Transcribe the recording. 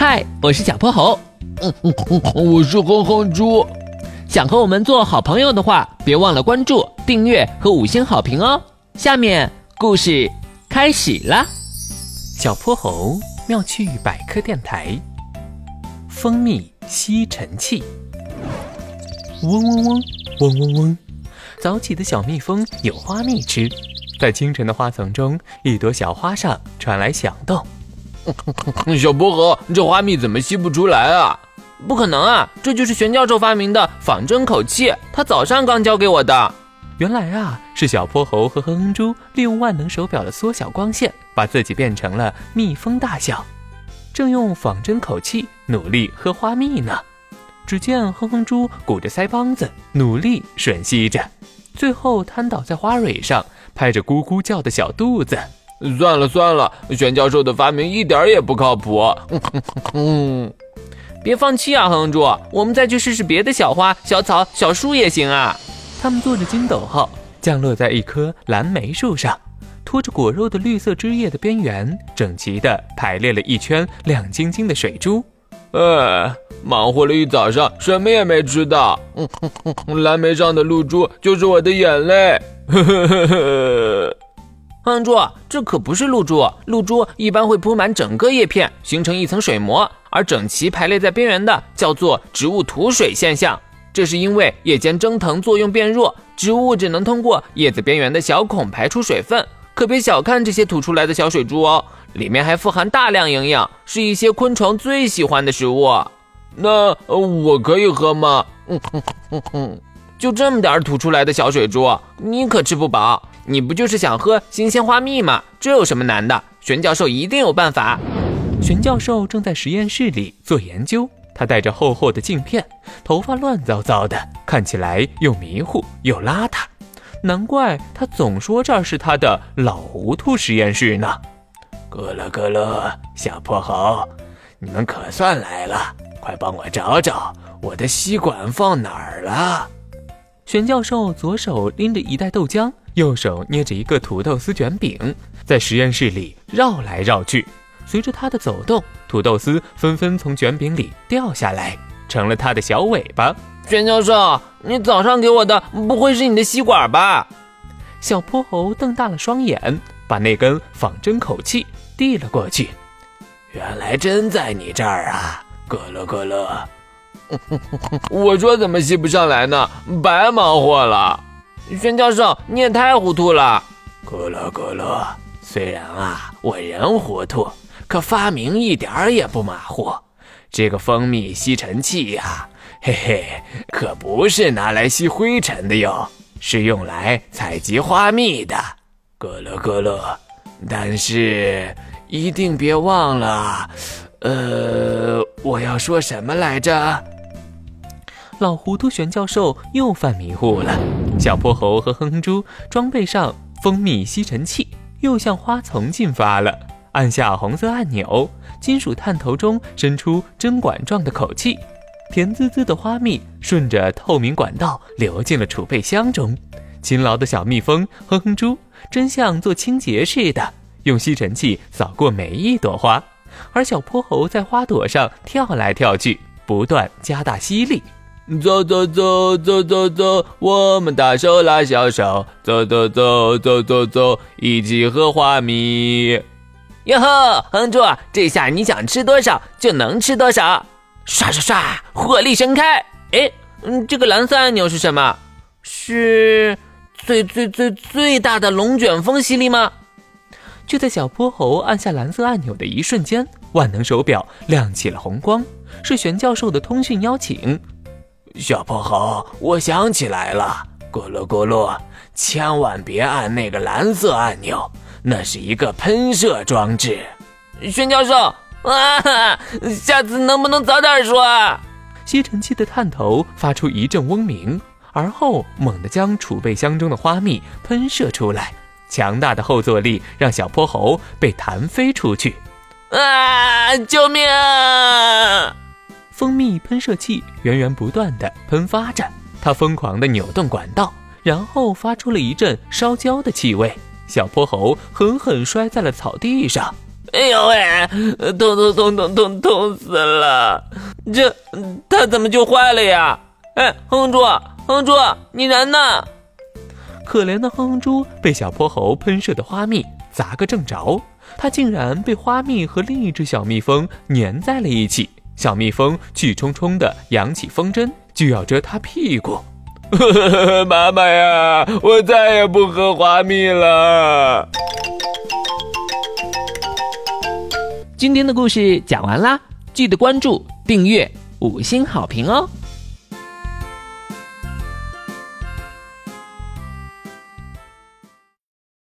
嗨，我是小泼猴。 我是哼哼猪。 想和我们做好朋友的话，别忘了关注、订阅和5星好评哦。下面故事开始啦。 小泼猴妙趣百科电台，蜂蜜吸尘器。嗡嗡嗡，嗡嗡嗡，早起的小蜜蜂有花蜜吃。在清晨的花丛中，一朵小花上传来响动。 小泼猴，这花蜜怎么吸不出来啊？ 不可能啊，这就是玄教授发明的仿真口气，他早上刚教给我的。 原来啊，是小泼猴和哼哼猪利用万能手表的缩小光线，把自己变成了蜜蜂大小，正用仿真口气努力喝花蜜呢。只见哼哼猪鼓着腮帮子，努力吮吸着，最后瘫倒在花蕊上，拍着咕咕叫的小肚子。 算了，玄教授的发明一点也不靠谱。 别放弃啊，哼哼猪，我们再去试试别的小花、小草、小树也行啊。 他们坐着筋斗号降落在一棵蓝莓树上，拖着果肉的绿色枝叶的边缘整齐地排列了一圈亮晶晶的水珠。 忙活了一早上，什么也没吃到。蓝莓上的露珠就是我的眼泪。 哼哼猪，这可不是露珠，露珠一般会铺满整个叶片，形成一层水膜，而整齐排列在边缘的叫做植物吐水现象。这是因为夜间蒸腾作用变弱，植物只能通过叶子边缘的小孔排出水分。可别小看这些吐出来的小水珠哦，里面还富含大量营养，是一些昆虫最喜欢的食物。 那我可以喝吗？ 就这么点吐出来的小水珠，你可吃不饱。你不就是想喝新鲜花蜜吗？这有什么难的？玄教授一定有办法。 玄教授正在实验室里做研究，他戴着厚厚的镜片，头发乱糟糟的，看起来又迷糊又邋遢。难怪他总说这儿是他的老糊涂实验室呢。 咕噜咕噜，小泼猴，你们可算来了，快帮我找找我的吸管放哪儿了。 玄教授左手拎着一袋豆浆，右手捏着一个土豆丝卷饼，在实验室里绕来绕去。随着他的走动，土豆丝纷纷从卷饼里掉下来，成了他的小尾巴。 玄教授，你早上给我的不会是你的吸管吧？ 小泼猴瞪大了双眼，把那根仿真口气递了过去。 原来真在你这儿啊，咕噜咕噜。 我说怎么吸不上来呢？白忙活了。 玄教授，你也太糊涂了。 咕噜咕噜，虽然啊我人糊涂，可发明一点儿也不马虎。这个蜂蜜吸尘器呀，嘿嘿，可不是拿来吸灰尘的哟，是用来采集花蜜的。咕噜咕噜，但是一定别忘了，我要说什么来着？ 老糊涂玄教授又犯迷糊了。小泼猴和哼哼猪装备上蜂蜜吸尘器，又向花丛进发了。按下红色按钮，金属探头中伸出针管状的口气，甜滋滋的花蜜顺着透明管道流进了储备箱中。勤劳的小蜜蜂哼哼猪真像做清洁似的，用吸尘器扫过每一朵花，而小泼猴在花朵上跳来跳去，不断加大吸力。 走走走走走走，我们大手拉小手，走走走走走走，一起喝花蜜。 哟呵，哼猪，这下你想吃多少就能吃多少。刷刷刷，火力全开。这个蓝色按钮是什么？是最大的龙卷风吸力吗？ 就在小泼猴按下蓝色按钮的一瞬间，万能手表亮起了红光，是玄教授的通讯邀请。 小泼猴，我想起来了，咕噜咕噜，千万别按那个蓝色按钮，那是一个喷射装置。 玄教授啊，下次能不能早点说啊？ 吸尘器的探头发出一阵嗡鸣，而后猛地将储备箱中的花蜜喷射出来，强大的后坐力让小泼猴被弹飞出去。 啊！救命啊！ 蜂蜜喷射器源源不断地喷发着，它疯狂地扭动管道，然后发出了一阵烧焦的气味。小泼猴狠狠摔在了草地上。 哎呦喂，痛死了！它怎么就坏了呀？哎，哼猪，你人呢？ 可怜的哼猪被小泼猴喷射的花蜜砸个正着，它竟然被花蜜和另一只小蜜蜂粘在了一起。小蜜蜂气冲冲地扬起风筝，就要蛰它屁股。 妈妈呀，我再也不喝花蜜了。 今天的故事讲完啦，记得关注、订阅、5星好评哦。